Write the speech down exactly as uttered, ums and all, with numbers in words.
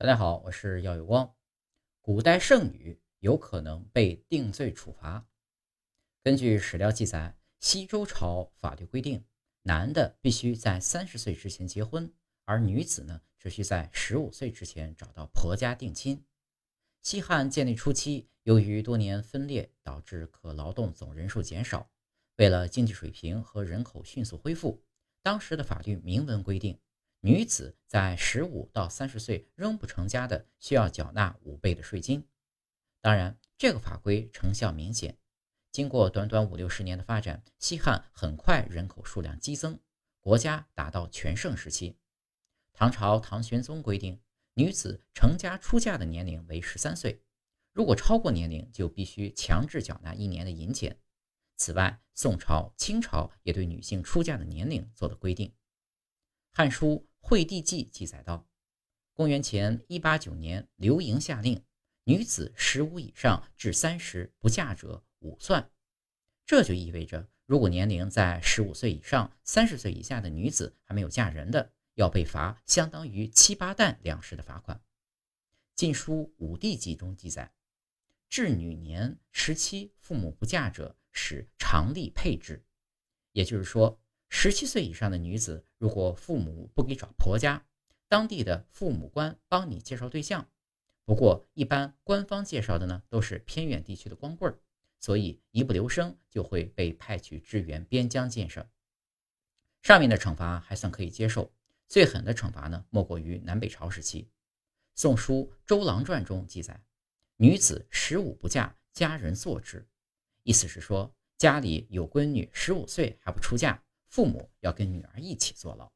大家好，我是耀有光。古代剩女有可能被定罪处罚。根据史料记载，西周朝法律规定，男的必须在三十岁之前结婚，而女子呢，只需在十五岁之前找到婆家定亲。西汉建立初期，由于多年分裂，导致可劳动总人数减少。为了经济水平和人口迅速恢复，当时的法律明文规定，女子在十五到三十岁仍不成家的，需要缴纳五倍的税金。当然，这个法规成效明显。经过短短五六十年的发展，西汉很快人口数量激增，国家达到全盛时期。唐朝唐玄宗规定，女子成家出嫁的年龄为十三岁，如果超过年龄，就必须强制缴纳一年的银钱。此外，宋朝、清朝也对女性出嫁的年龄做了规定。汉书《惠帝纪》记载道，公元前一八九年，刘盈下令，女子十五以上至三十不嫁者五算。这就意味着，如果年龄在十五岁以上、三十岁以下的女子还没有嫁人的，要被罚相当于七八担粮食的罚款。晋书《武帝纪》中记载，至女年十七父母不嫁者，使常例配置。也就是说，十七岁以上的女子，如果父母不给找婆家，当地的父母官帮你介绍对象。不过一般官方介绍的呢，都是偏远地区的光棍，所以一不留声就会被派去支援边疆建设。上面的惩罚还算可以接受，最狠的惩罚呢，莫过于南北朝时期。宋书《周郎传》中记载，女子十五不嫁，家人坐之。意思是说，家里有闺女十五岁还不出嫁，父母要跟女儿一起坐牢。